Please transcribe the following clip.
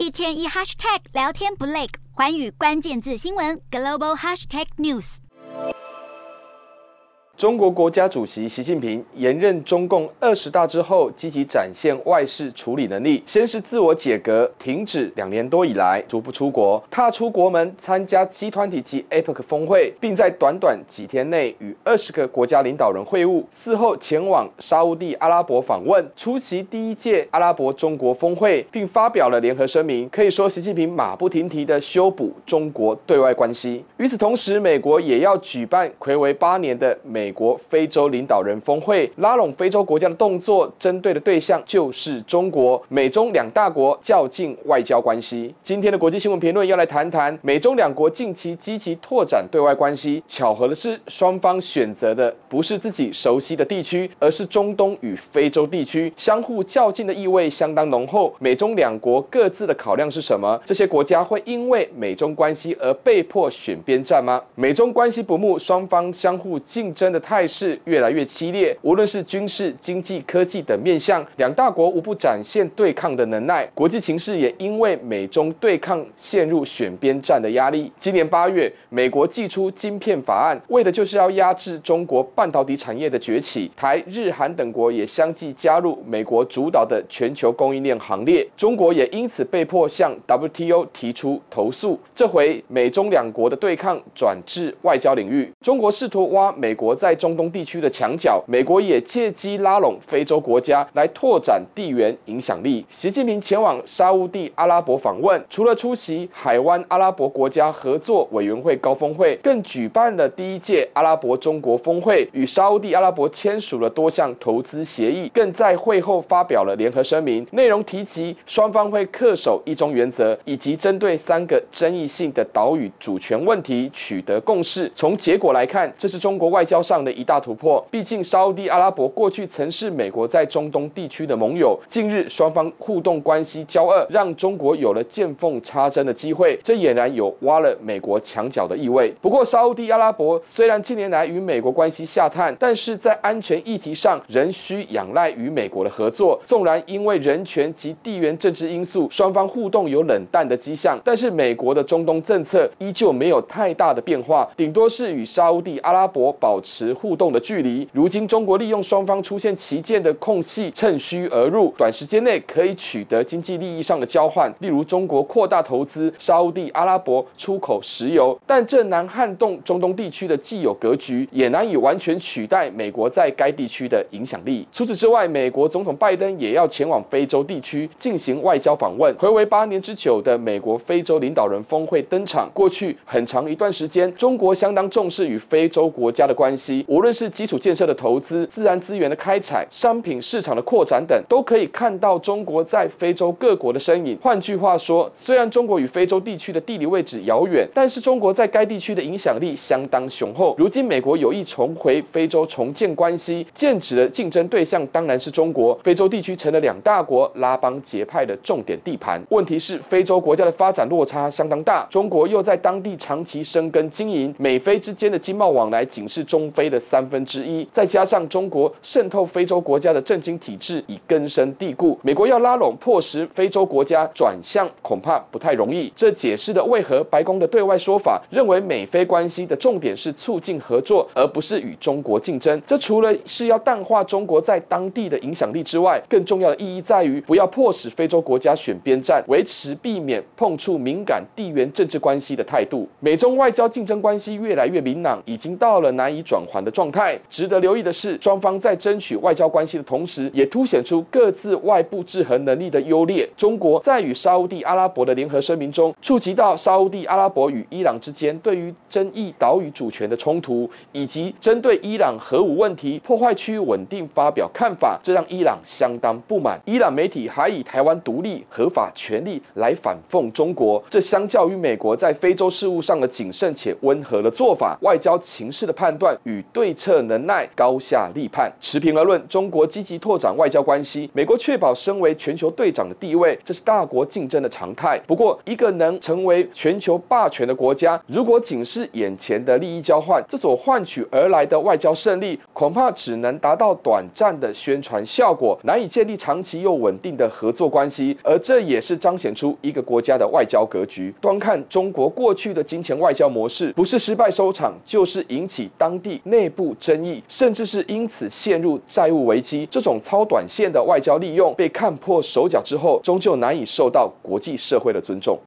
一天一 hashtag 聊天不累，寰宇关键字新闻 global hashtag news。 中国国家主席习近平延任中共20大之后，积极展现外事处理能力。先是自我解革，停止2年多以来足不出国，踏出国门参加G20及 APEC 峰会，并在短短几天内与20个国家领导人会晤。嗣后前往沙烏地阿拉伯访问，出席第1届阿拉伯中国峰会，并发表了联合声明。可以说，习近平马不停蹄地修补中国对外关系。与此同时，美国也要举办睽违8年的美国非洲领导人峰会，拉拢非洲国家的动作，针对的对象就是中国。美中2大国较劲外交关系。今天的国际新闻评论要来谈谈美中2国近期积极拓展对外关系。巧合的是，双方选择的不是自己熟悉的地区，而是中东与非洲地区，相互较劲的意味相当浓厚。美中2国各自的考量是什么？这些国家会因为美中关系而被迫选边站吗？美中关系不睦，双方相互竞争的态势越来越激烈，无论是军事、经济、科技等面向，2大国无不展现对抗的能耐。国际情势也因为美中对抗陷入选边站的压力。今年8月，美国祭出晶片法案，为的就是要压制中国半导体产业的崛起。台、日、韩等国也相继加入美国主导的全球供应链行列，中国也因此被迫向 WTO 提出投诉。这回美中2国的对抗转至外交领域，中国试图挖美国在中东地区的墙角，美国也借机拉拢非洲国家来拓展地缘影响力。习近平前往沙烏地阿拉伯访问，除了出席海湾阿拉伯国家合作委员会高峰会，更举办了第1届阿拉伯中国峰会，与沙烏地阿拉伯签署了多项投资协议，更在会后发表了联合声明，内容提及双方会恪守一中原则，以及针对3个争议性的岛屿主权问题取得共识。从结果来看，这是中国外交上的一大突破。毕竟沙烏地阿拉伯过去曾是美国在中东地区的盟友，近日双方互动关系交恶，让中国有了见缝插针的机会，这俨然有挖了美国墙角的意味。不过沙烏地阿拉伯虽然近年来与美国关系下探，但是在安全议题上仍需仰赖与美国的合作。纵然因为人权及地缘政治因素，双方互动有冷淡的迹象，但是美国的中东政策依旧没有太大的变化，顶多是与沙烏地阿拉伯保持互动的距离。如今中国利用双方出现旗舰的空隙，趁虚而入，短时间内可以取得经济利益上的交换，例如中国扩大投资沙烏地阿拉伯出口石油，但这难撼动中东地区的既有格局，也难以完全取代美国在该地区的影响力。除此之外，美国总统拜登也要前往非洲地区进行外交访问。睽违8年之久的美国非洲领导人峰会登场，过去很长一段时间，中国相当重视与非洲国家的关系，无论是基础建设的投资、自然资源的开采、商品市场的扩展等，都可以看到中国在非洲各国的身影。换句话说，虽然中国与非洲地区的地理位置遥远，但是中国在该地区的影响力相当雄厚。如今美国有意重回非洲重建关系，剑指的竞争对象当然是中国。非洲地区成了2大国拉帮结派的重点地盘。问题是，非洲国家的发展落差相当大，中国又在当地长期生根经营，美非之间的经贸往来仅是中非的1/3，再加上中国渗透非洲国家的政经体制已根深蒂固，美国要拉拢迫使非洲国家转向恐怕不太容易。这解释了为何白宫的对外说法认为美非关系的重点是促进合作，而不是与中国竞争。这除了是要淡化中国在当地的影响力之外，更重要的意义在于不要迫使非洲国家选边站，维持避免碰触敏感地缘政治关系的态度。美中外交竞争关系越来越明朗，已经到了难以转圜的状态。值得留意的是，双方在争取外交关系的同时，也凸显出各自外部制衡能力的优劣。中国在与沙烏地阿拉伯的联合声明中，触及到沙烏地阿拉伯与伊朗之间对于争议岛屿主权的冲突，以及针对伊朗核武问题破坏区域稳定发表看法，这让伊朗相当不满。伊朗媒体还以台湾独立合法权利来反讽中国，这相较于美国在非洲事务上的谨慎且温和的做法，外交情势的判断与与对策能耐高下立判。持平而论，中国积极拓展外交关系，美国确保身为全球队长的地位，这是大国竞争的常态。不过，一个能成为全球霸权的国家，如果仅是眼前的利益交换，这所换取而来的外交胜利，恐怕只能达到短暂的宣传效果，难以建立长期又稳定的合作关系。而这也是彰显出一个国家的外交格局。端看中国过去的金钱外交模式，不是失败收场，就是引起当地内部争议，甚至是因此陷入债务危机。这种超短线的外交利用被看破手脚之后，终究难以受到国际社会的尊重。